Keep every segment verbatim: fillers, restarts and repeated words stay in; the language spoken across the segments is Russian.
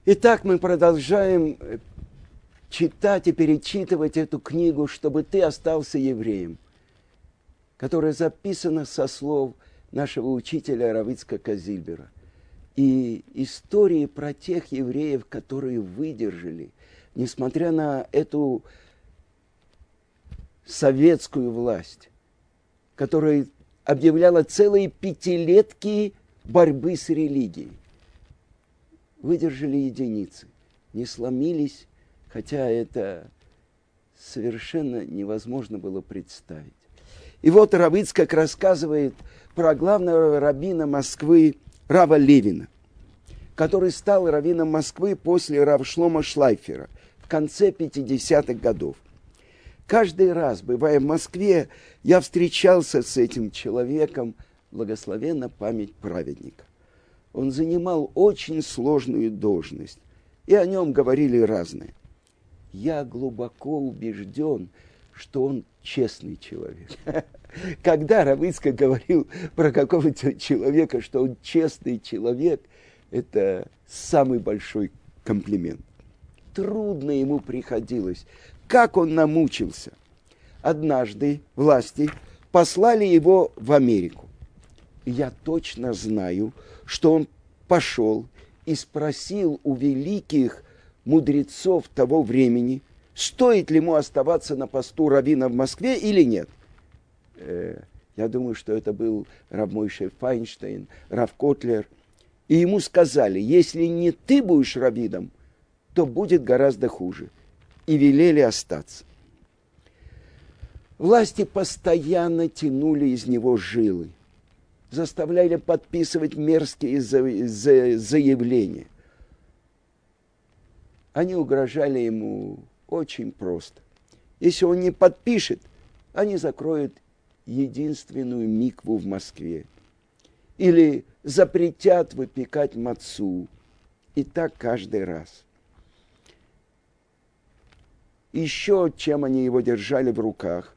Итак, мы продолжаем читать и перечитывать эту книгу, чтобы ты остался евреем, которая записана со слов нашего учителя Рав Ицхака Зильбера. И истории про тех евреев, которые выдержали, несмотря на эту советскую власть, которая объявляла целые пятилетки борьбы с религией. Выдержали единицы, не сломились, хотя это совершенно невозможно было представить. И вот Рав Ицхак рассказывает про главного раввина Москвы Рава Левина, который стал раввином Москвы после Рав Шломо Шлайфера в конце пятидесятых годов. Каждый раз, бывая в Москве, я встречался с этим человеком, благословенна память праведника. Он занимал очень сложную должность, и о нем говорили разное. Я глубоко убежден, что он честный человек. Когда Рав Ицхак говорил про какого-то человека, что он честный человек, это самый большой комплимент. Трудно ему приходилось. Как он намучился. Однажды власти послали его в Америку. И я точно знаю, что он пошел и спросил у великих мудрецов того времени, стоит ли ему оставаться на посту раввина в Москве или нет. Э, я думаю, что это был Рав Мойше Файнштейн, Рав Котлер. И ему сказали, если не ты будешь раввином, то будет гораздо хуже. И велели остаться. Власти постоянно тянули из него жилы, заставляли подписывать мерзкие заявления. Они угрожали ему очень просто. Если он не подпишет, они закроют единственную микву в Москве. Или запретят выпекать мацу. И так каждый раз. Еще чем они его держали в руках.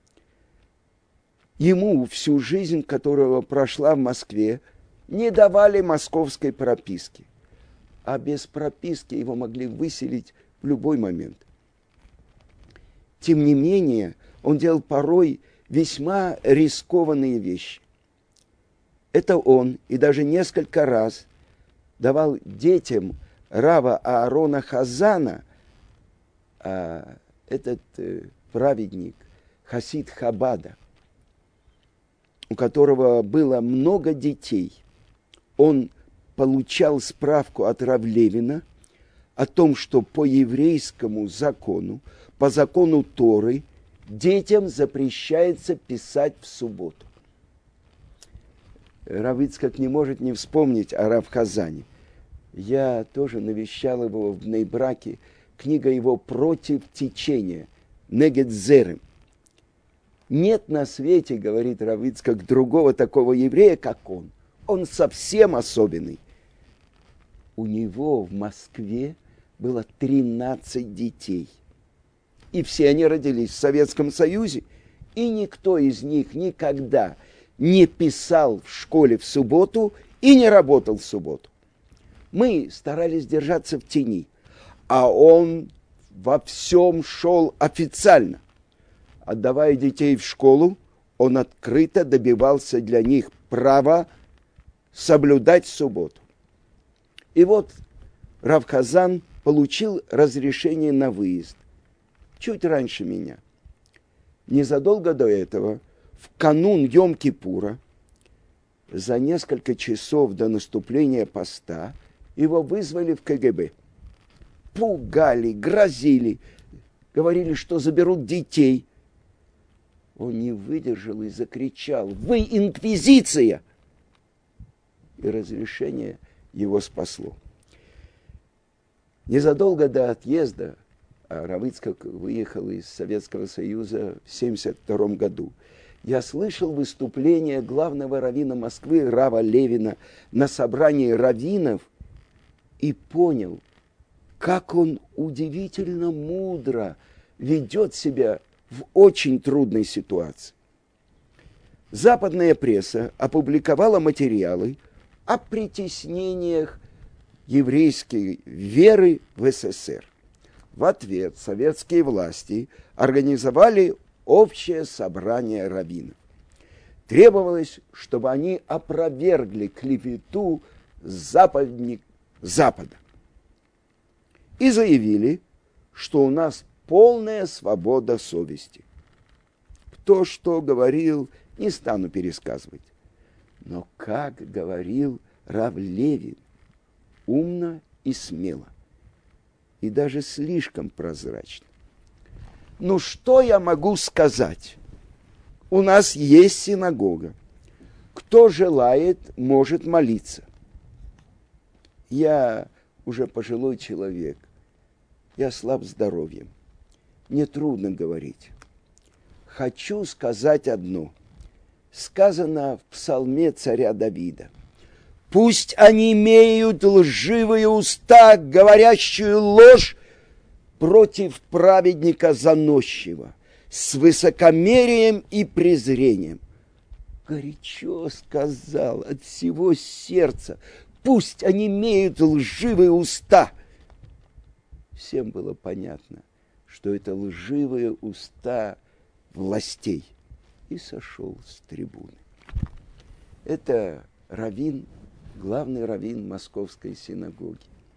Ему всю жизнь, которая прошла в Москве, не давали московской прописки. А без прописки его могли выселить в любой момент. Тем не менее, он делал порой весьма рискованные вещи. Это он и даже несколько раз давал детям Рава Аарона Хазана, а этот э, праведник, хасид Хабада, у которого было много детей, он получал справку от Рав Левина о том, что по еврейскому закону, по закону Торы, детям запрещается писать в субботу. Рав Ицхак не может не вспомнить о Рав Хазане. Я тоже навещал его в Бней-Браке. Книга его «Против течения», «Негед зерем». Нет на свете, говорит Рав Ицхак, другого такого еврея, как он. Он совсем особенный. У него в Москве было тринадцать детей. И все они родились в Советском Союзе. И никто из них никогда не писал в школе в субботу и не работал в субботу. Мы старались держаться в тени. А он во всем шел официально. Отдавая детей в школу, он открыто добивался для них права соблюдать субботу. И вот Рав Хазан получил разрешение на выезд. Чуть раньше меня. Незадолго до этого, в канун Йом-Кипура, за несколько часов до наступления поста, его вызвали в ка гэ бэ. Пугали, грозили, говорили, что заберут детей. Он не выдержал и закричал: «Вы инквизиция!» И разрешение его спасло. Незадолго до отъезда, а Рав Ицхак выехал из Советского Союза в семьдесят втором году, я слышал выступление главного раввина Москвы Рава Левина на собрании раввинов и понял, как он удивительно мудро ведет себя в очень трудной ситуации. Западная пресса опубликовала материалы о притеснениях еврейской веры в СССР. В ответ советские власти организовали общее собрание раввинов. Требовалось, чтобы они опровергли клевету западник Запада и заявили, что у нас полная свобода совести. Кто что говорил, не стану пересказывать. Но как говорил рав Левин, умно и смело, и даже слишком прозрачно. Ну что я могу сказать? У нас есть синагога. Кто желает, может молиться. Я уже пожилой человек. Я слаб здоровьем. Мне трудно говорить. Хочу сказать одно. Сказано в псалме царя Давида. Пусть они имеют лживые уста, говорящую ложь против праведника заносчивого, с высокомерием и презрением. Горячо сказал от всего сердца. Пусть они имеют лживые уста. Всем было понятно, что это лживые уста властей. И сошел с трибуны. Это раввин, главный раввин Московской синагоги.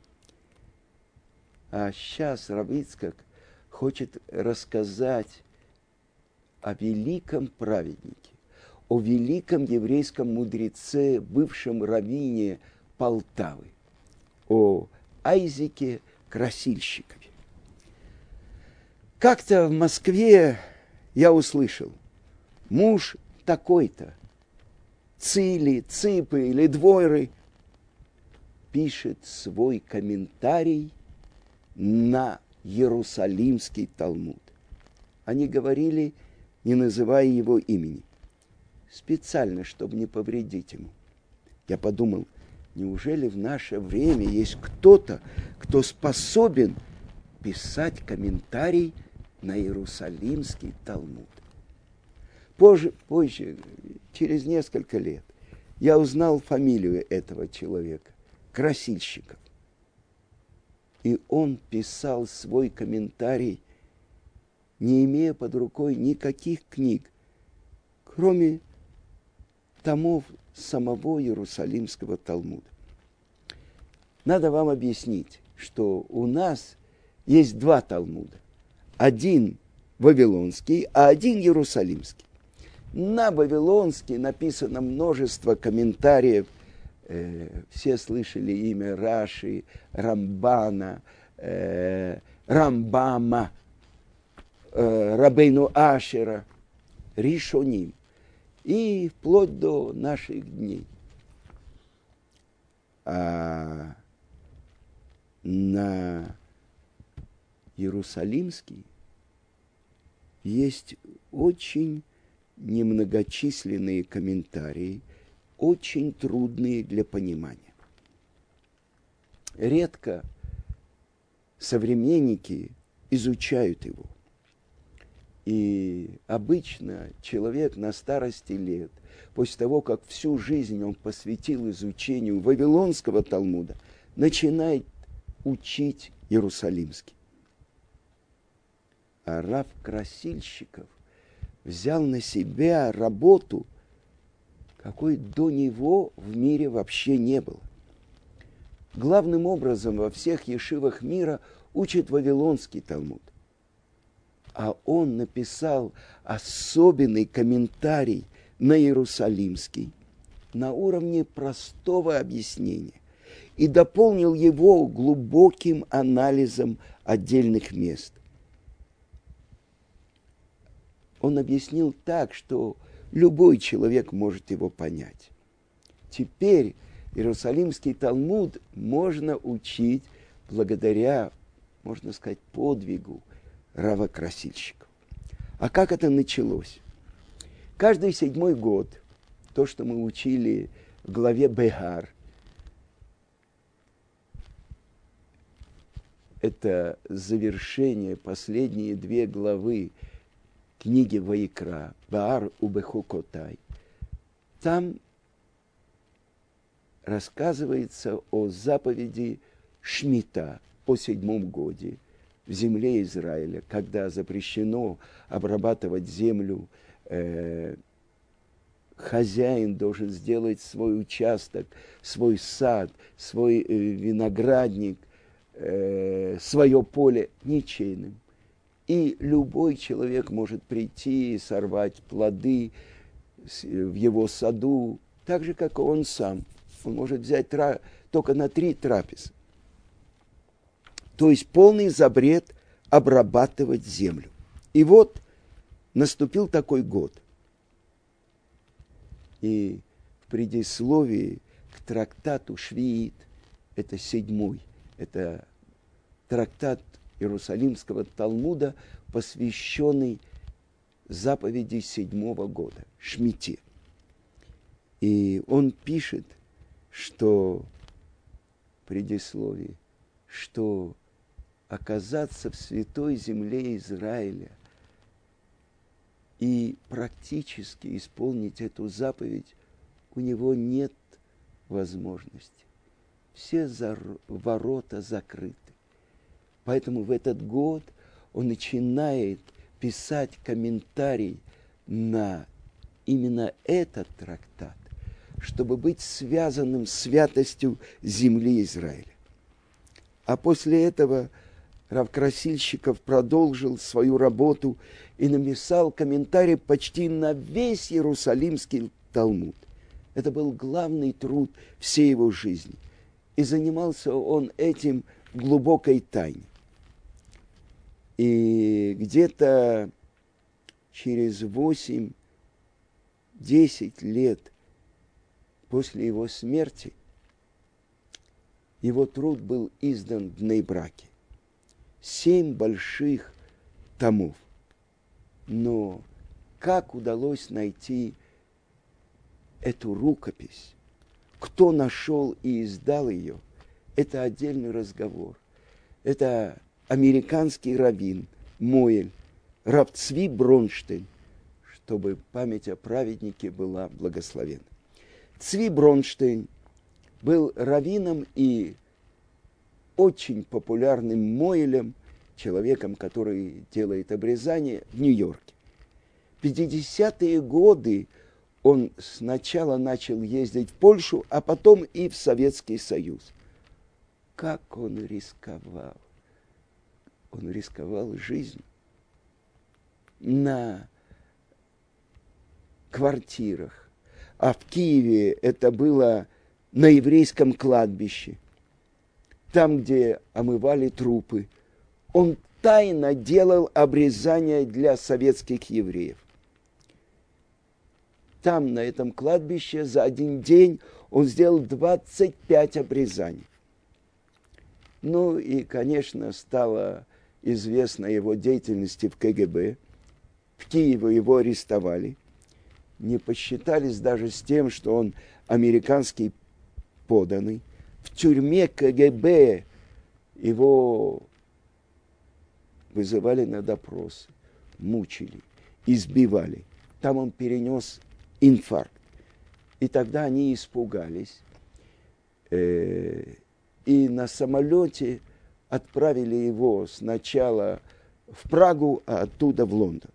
А сейчас рав Ицхак хочет рассказать о великом праведнике, о великом еврейском мудреце, бывшем раввине Полтавы, о Айзеке Красильщикове. Как-то в Москве я услышал, муж такой-то, Цили, Ципы или Двойры, пишет свой комментарий на Иерусалимский Талмуд. Они говорили, не называя его имени, специально, чтобы не повредить ему. Я подумал, неужели в наше время есть кто-то, кто способен писать комментарий на Иерусалимский Талмуд? Позже, позже, через несколько лет, я узнал фамилию этого человека, Красильщиков. И он писал свой комментарий, не имея под рукой никаких книг, кроме томов самого Иерусалимского Талмуда. Надо вам объяснить, что у нас есть два Талмуда. Один вавилонский, а один иерусалимский. На вавилонский написано множество комментариев. Э, все слышали имя Раши, Рамбана, э, Рамбама, э, Рабейну Ашера, Ришоним. И вплоть до наших дней. А на Иерусалимский есть очень немногочисленные комментарии, очень трудные для понимания. Редко современники изучают его. И обычно человек на старости лет, после того, как всю жизнь он посвятил изучению Вавилонского Талмуда, начинает учить Иерусалимский. А рав Красильщиков взял на себя работу, какой до него в мире вообще не было. Главным образом во всех ешивах мира учат Вавилонский Талмуд. А он написал особенный комментарий на Иерусалимский на уровне простого объяснения и дополнил его глубоким анализом отдельных мест. Он объяснил так, что любой человек может его понять. Теперь Иерусалимский Талмуд можно учить благодаря, можно сказать, подвигу рава Красильщикова. А как это началось? Каждый седьмой год, то, что мы учили в главе Бехар, это завершение, последние две главы книги Ваикра, Баар Убехукотай. Там рассказывается о заповеди Шмита, о седьмом годе в земле Израиля, когда запрещено обрабатывать землю, э, хозяин должен сделать свой участок, свой сад, свой э, виноградник, э, свое поле ничейным. И любой человек может прийти и сорвать плоды в его саду, так же, как и он сам. Он может взять тра... только на три трапезы. То есть полный запрет обрабатывать землю. И вот наступил такой год. И в предисловии к трактату Швиит, это седьмой, это трактат Иерусалимского Талмуда, посвященный заповеди седьмого года, Шмите. И он пишет, что в предисловии, что оказаться в святой земле Израиля и практически исполнить эту заповедь у него нет возможности. Все зар- ворота закрыты. Поэтому в этот год он начинает писать комментарий на именно этот трактат, чтобы быть связанным с святостью земли Израиля. А после этого Рав Красильщиков продолжил свою работу и написал комментарий почти на весь Иерусалимский Талмуд. Это был главный труд всей его жизни. И занимался он этим в глубокой тайне. И где-то через восемь-десять лет после его смерти его труд был издан в Ней-Браке. Семь больших томов. Но как удалось найти эту рукопись? Кто нашел и издал ее? Это отдельный разговор. Это американский раввин Моэль, рав Цви Бронштейн, чтобы память о праведнике была благословена. Цви Бронштейн был раввином и очень популярным Моэлем, человеком, который делает обрезание в Нью-Йорке. В пятидесятые годы он сначала начал ездить в Польшу, а потом и в Советский Союз. Как он рисковал! Он рисковал жизнью. На квартирах. А в Киеве это было на еврейском кладбище. Там, где омывали трупы. Он тайно делал обрезания для советских евреев. Там, на этом кладбище, за один день он сделал двадцать пять обрезаний. Ну и, конечно, стало известно о его деятельности в ка гэ бэ. В Киеве его арестовали. Не посчитались даже с тем, что он американский подданный. В тюрьме ка гэ бэ его вызывали на допрос, мучили, избивали. Там он перенес инфаркт. И тогда они испугались. И на самолете отправили его сначала в Прагу, а оттуда в Лондон.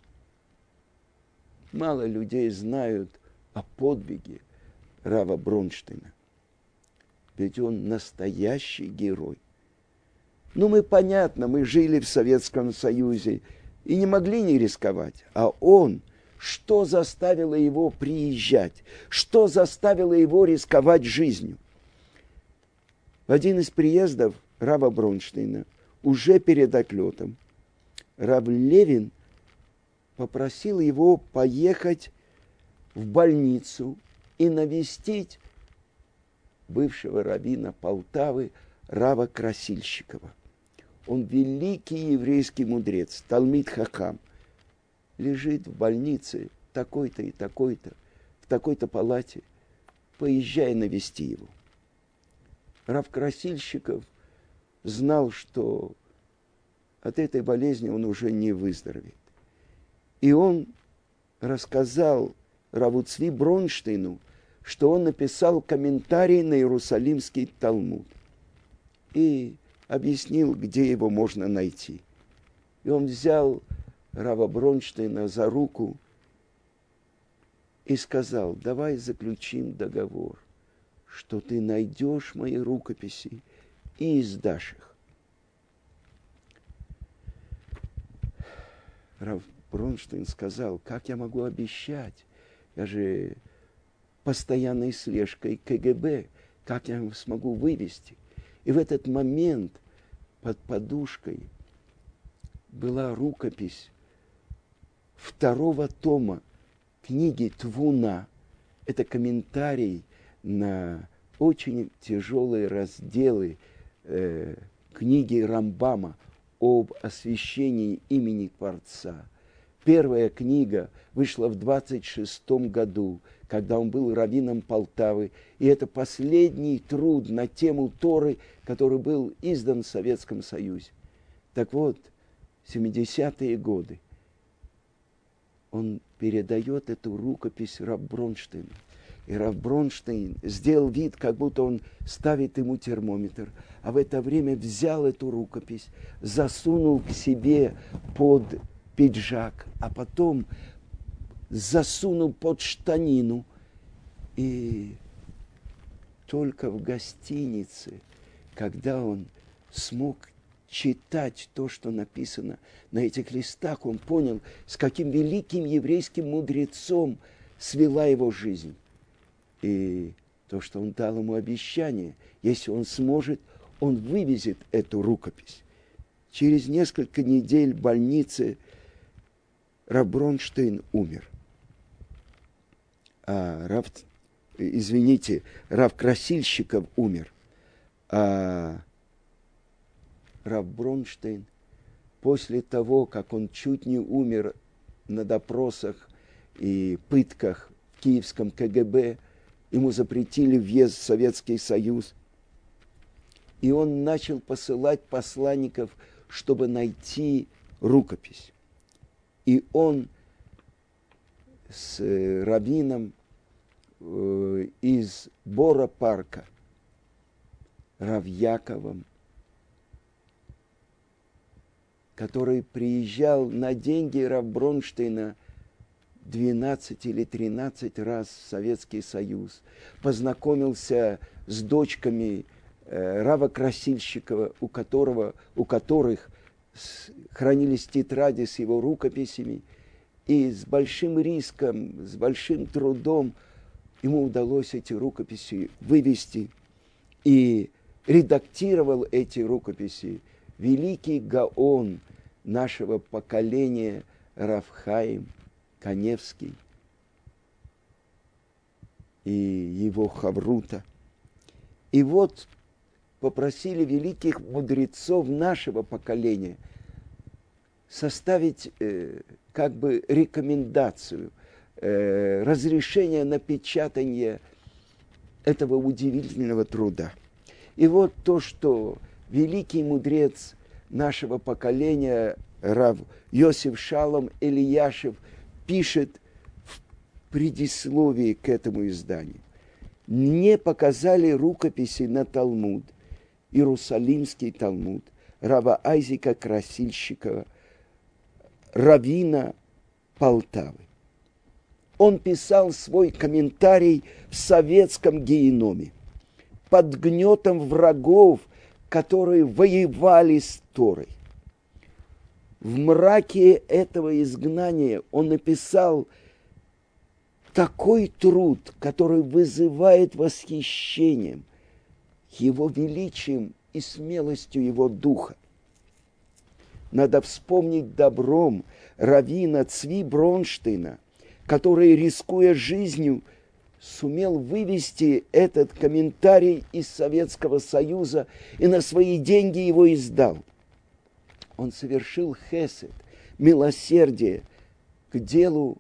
Мало людей знают о подвиге рава Бронштейна. Ведь он настоящий герой. Ну, мы, понятно, мы жили в Советском Союзе и не могли не рисковать. А он, что заставило его приезжать? Что заставило его рисковать жизнью? В один из приездов рава Бронштейна, уже перед отлетом, рав Левин попросил его поехать в больницу и навестить бывшего раввина Полтавы рава Красильщикова. Он великий еврейский мудрец, Талмид Хахам, лежит в больнице такой-то и такой-то, в такой-то палате. Поезжай навести его. Рав Красильщиков знал, что от этой болезни он уже не выздоровеет. И он рассказал раву Цви Бронштейну, что он написал комментарий на Иерусалимский Талмуд и объяснил, где его можно найти. И он взял Рава Бронштейна за руку и сказал: давай заключим договор, что ты найдешь мои рукописи и издашь их. Рав Бронштейн сказал: как я могу обещать? Я же постоянной слежкой ка гэ бэ. Как я смогу вывести? И в этот момент под подушкой была рукопись второго тома книги Твуна. Это комментарий на очень тяжелые разделы э, книги Рамбама об освящении имени Творца. Первая книга вышла в двадцать шестом году, когда он был раввином Полтавы, и это последний труд на тему Торы, который был издан в Советском Союзе. Так вот, в семидесятые годы он передает эту рукопись Рав Бронштейну. И Рав Бронштейн сделал вид, как будто он ставит ему термометр, а в это время взял эту рукопись, засунул к себе под пиджак, а потом засунул под штанину. И только в гостинице, когда он смог читать то, что написано на этих листах, он понял, с каким великим еврейским мудрецом свела его жизнь. И то, что он дал ему обещание, если он сможет, он вывезет эту рукопись. Через несколько недель в больнице Рав Бронштейн умер. А Рав, извините, Рав Красильщиков умер. А Рав Бронштейн, после того, как он чуть не умер на допросах и пытках в киевском ка гэ бэ, ему запретили въезд в Советский Союз, и он начал посылать посланников, чтобы найти рукопись. И он с раввином э, из Бора-парка, Рав Яковом, который приезжал на деньги Рав Бронштейна двенадцать или тринадцать раз в Советский Союз, познакомился с дочками э, Рава Красильщикова, у которого, у которых с, хранились тетради с его рукописями, и с большим риском, с большим трудом ему удалось эти рукописи вывести, и редактировал эти рукописи великий гаон нашего поколения Рав Хаим Каневский и его хаврута. И вот попросили великих мудрецов нашего поколения составить э, как бы рекомендацию, э, разрешение на печатание этого удивительного труда. И вот то, что великий мудрец нашего поколения Рав Йосиф Шалом Элияшев пишет в предисловии к этому изданию. Мне показали рукописи на Талмуд, Иерусалимский Талмуд, Рава Айзека Красильщикова, раввина Полтавы. Он писал свой комментарий в советском геноме под гнетом врагов, которые воевали с Торой. В мраке этого изгнания он написал такой труд, который вызывает восхищением его величием и смелостью его духа. Надо вспомнить добром раввина Цви Бронштейна, который, рискуя жизнью, сумел вывести этот комментарий из Советского Союза и на свои деньги его издал. Он совершил хесед, милосердие к делу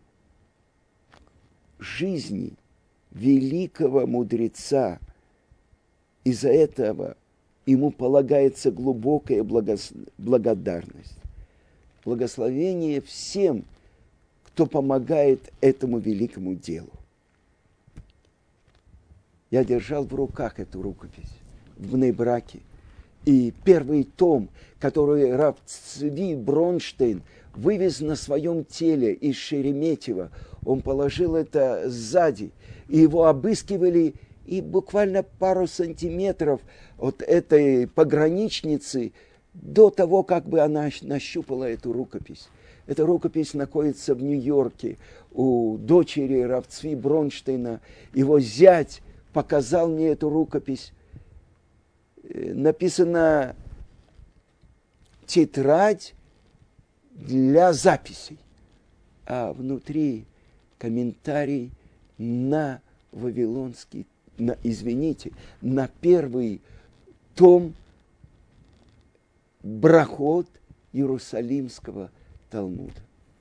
жизни великого мудреца. Из-за этого ему полагается глубокая благос... благодарность. Благословение всем, кто помогает этому великому делу. Я держал в руках эту рукопись в Нейбраке. И первый том, который рав Цви Бронштейн вывез на своем теле из Шереметьево, он положил это сзади, и его обыскивали, и буквально пару сантиметров от этой пограничницы до того, как бы она нащупала эту рукопись. Эта рукопись находится в Нью-Йорке у дочери рав Цви Бронштейна. Его зять показал мне эту рукопись. Написано «Тетрадь для записей», а внутри комментарий на вавилонский, на, извините, на первый том брахот Иерусалимского Талмуда.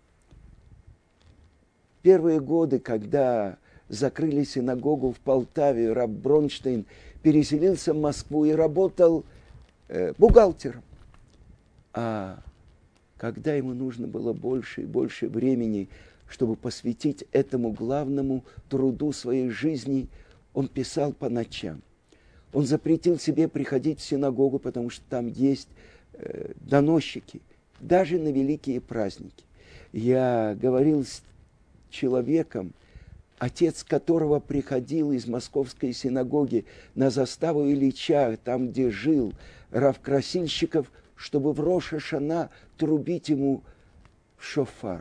Первые годы, когда закрыли синагогу в Полтаве, рав Бронштейн переселился в Москву и работал э, бухгалтером. А когда ему нужно было больше и больше времени, чтобы посвятить этому главному труду своей жизни, он писал по ночам. Он запретил себе приходить в синагогу, потому что там есть э, доносчики, даже на великие праздники. Я говорил с человеком, отец которого приходил из московской синагоги на заставу Ильича, там, где жил рав Красильщиков, чтобы в Рош ха-Шана трубить ему в шофар.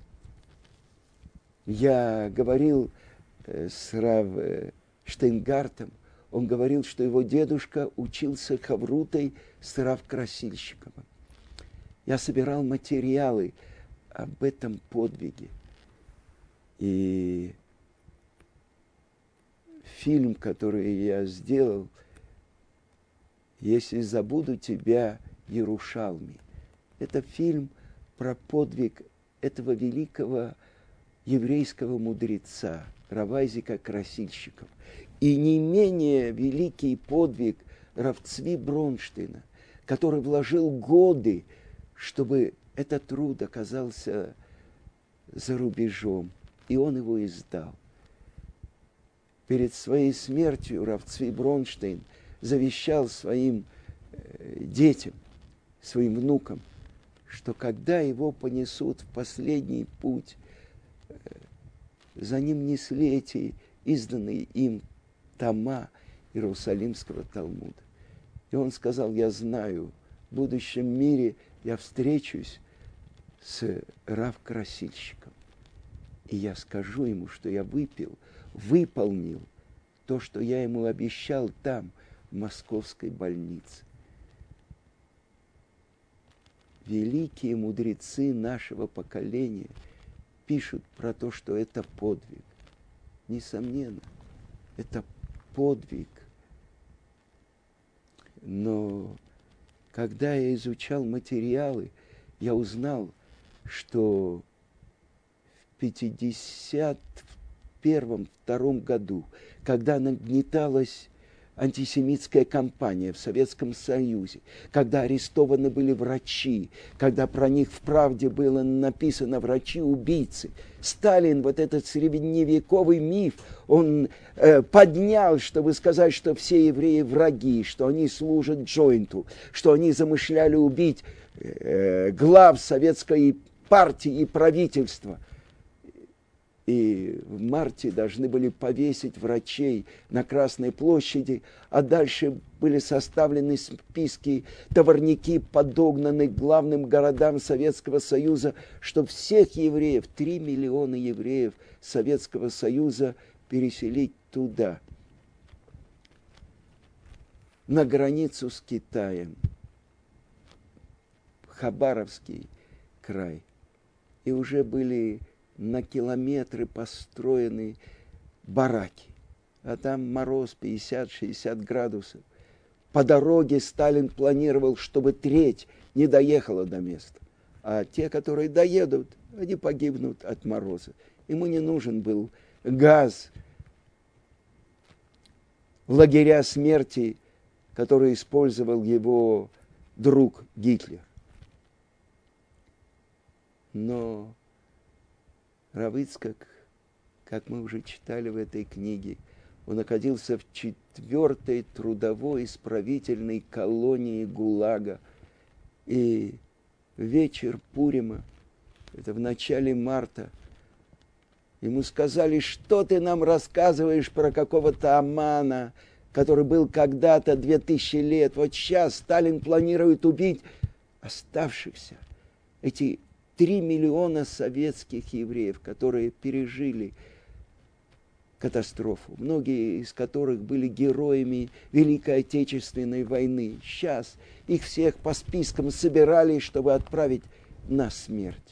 Я говорил с рав Штейнгартом, он говорил, что его дедушка учился хаврутой с рав Красильщиковым. Я собирал материалы об этом подвиге. И фильм, который я сделал, «Если забуду тебя, Ярушалми», это фильм про подвиг этого великого еврейского мудреца, рав Айзека Красильщикова. И не менее великий подвиг рав Цви Бронштейна, который вложил годы, чтобы этот труд оказался за рубежом, и он его издал. Перед своей смертью рав Цви Бронштейн завещал своим э, детям, своим внукам, что когда его понесут в последний путь, э, за ним несли эти изданные им тома Иерусалимского Талмуда. И он сказал: я знаю, в будущем мире я встречусь с рав Красильщиком, и я скажу ему, что я выпил, выполнил то, что я ему обещал там, в московской больнице. Великие мудрецы нашего поколения пишут про то, что это подвиг. Несомненно, это подвиг. Но когда я изучал материалы, я узнал, что в пятьдесят первом — втором году, когда нагнеталась антисемитская кампания в Советском Союзе, когда арестованы были врачи, когда про них в «Правде» было написано «врачи-убийцы», Сталин, вот этот средневековый миф, он э, поднял, чтобы сказать, что все евреи враги, что они служат джойнту, что они замышляли убить э, глав советской партии и правительства. И в марте должны были повесить врачей на Красной площади, а дальше были составлены списки, товарники подогнаны к главным городам Советского Союза, чтобы всех евреев, три миллиона евреев Советского Союза, переселить туда, на границу с Китаем, в Хабаровский край. И уже были на километры построены бараки, а там мороз пятьдесят-шестьдесят градусов. По дороге Сталин планировал, чтобы треть не доехала до места, а те, которые доедут, они погибнут от мороза. Ему не нужен был газ в лагеря смерти, который использовал его друг Гитлер. Но рав Ицхак, как мы уже читали в этой книге, Он находился в четвертой трудовой исправительной колонии ГУЛАГа. И вечер Пурима, это в начале марта, ему сказали: что ты нам рассказываешь про какого-то Амана, который был когда-то две тысячи лет. Вот сейчас Сталин планирует убить оставшихся, эти три миллиона советских евреев, которые пережили катастрофу, многие из которых были героями Великой Отечественной войны. Сейчас их всех по спискам собирали, чтобы отправить на смерть.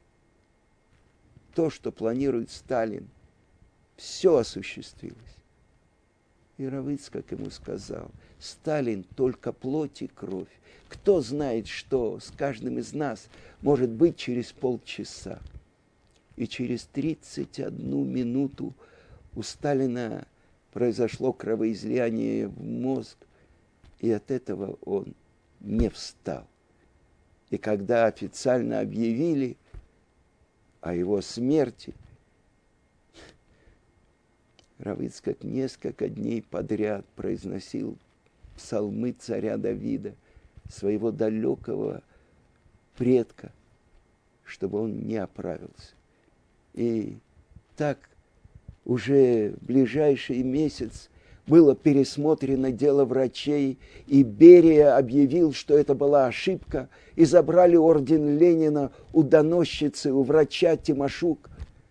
То, что планирует Сталин, все осуществилось. И Рав Ицхак ему сказал: Сталин только плоть и кровь. Кто знает, что с каждым из нас может быть через полчаса. И через тридцать одну минуту у Сталина произошло кровоизлияние в мозг, и от этого он не встал. И когда официально объявили о его смерти, Рав Ицхак несколько дней подряд произносил псалмы царя Давида, своего далекого предка, чтобы он не оправился. И так уже в ближайший месяц было пересмотрено дело врачей, и Берия объявил, что это была ошибка, и забрали орден Ленина у доносчицы, у врача Тимошук,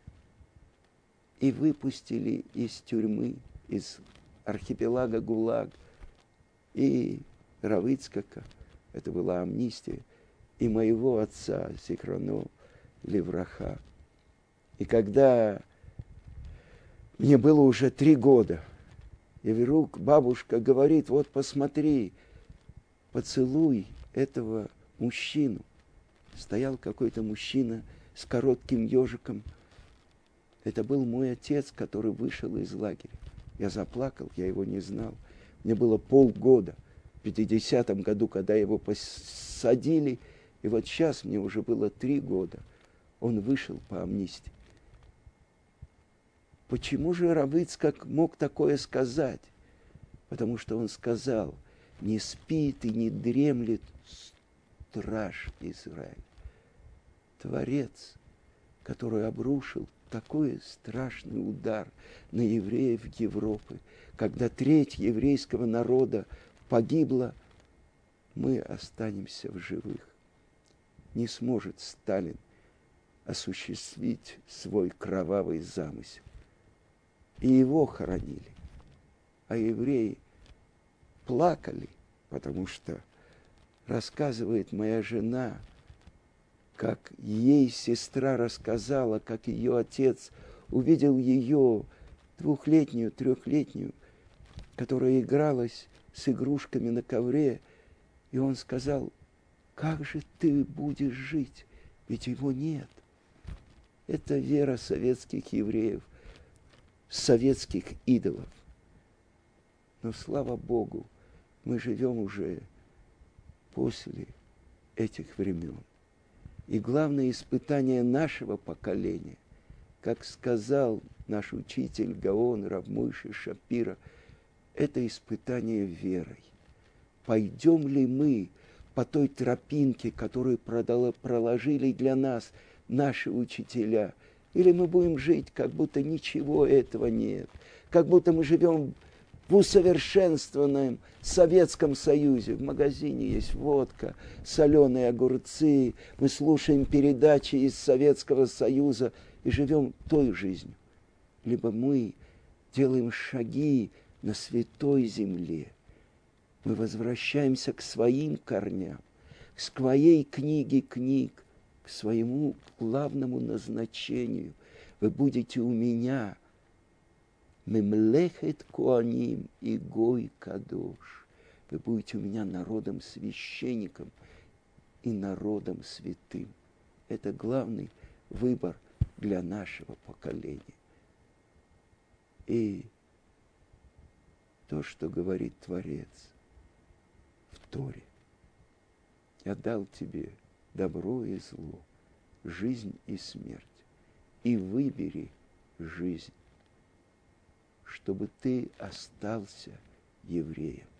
и выпустили из тюрьмы, из архипелага ГУЛАГ, и Рав Ицхака, это была амнистия, и моего отца, Зихроно левраха. И когда мне было уже три года, и вдруг бабушка говорит: вот посмотри, поцелуй этого мужчину. Стоял какой-то мужчина с коротким ежиком. Это был мой отец, который вышел из лагеря. Я заплакал, я его не знал. Мне было полгода, в пятидесятом году, когда его посадили. И вот сейчас мне уже было три года. Он вышел по амнистии. Почему же Рав Ицхак мог такое сказать? Потому что он сказал: не спит и не дремлет страж Израиля. Творец, который обрушил такой страшный удар на евреев Европы, когда треть еврейского народа погибла, мы останемся в живых. Не сможет Сталин осуществить свой кровавый замысел. И его хоронили. А евреи плакали, потому что, рассказывает моя жена, как ей сестра рассказала, как ее отец увидел ее двухлетнюю, трехлетнюю, которая игралась с игрушками на ковре, и он сказал: как же ты будешь жить, ведь его нет. Это вера советских евреев, советских идолов. Но слава Богу, мы живем уже после этих времен. И главное испытание нашего поколения, как сказал наш учитель Гаон Рав Мойше Шапира, это испытание верой. Пойдем ли мы по той тропинке, которую проложили для нас наши учителя, или мы будем жить, как будто ничего этого нет, как будто мы живем в усовершенствованном Советском Союзе. В магазине есть водка, соленые огурцы, мы слушаем передачи из Советского Союза и живем той жизнью. Либо мы делаем шаги на святой земле, мы возвращаемся к своим корням, к своей книге книг, к своему главному назначению. Вы будете у меня мемлехет коаним и гой кадош. Вы будете у меня народом священником и народом святым. Это главный выбор для нашего поколения. И то, что говорит Творец в Торе: я дал тебе добро и зло, жизнь и смерть, и выбери жизнь. чтобы ты остался евреем.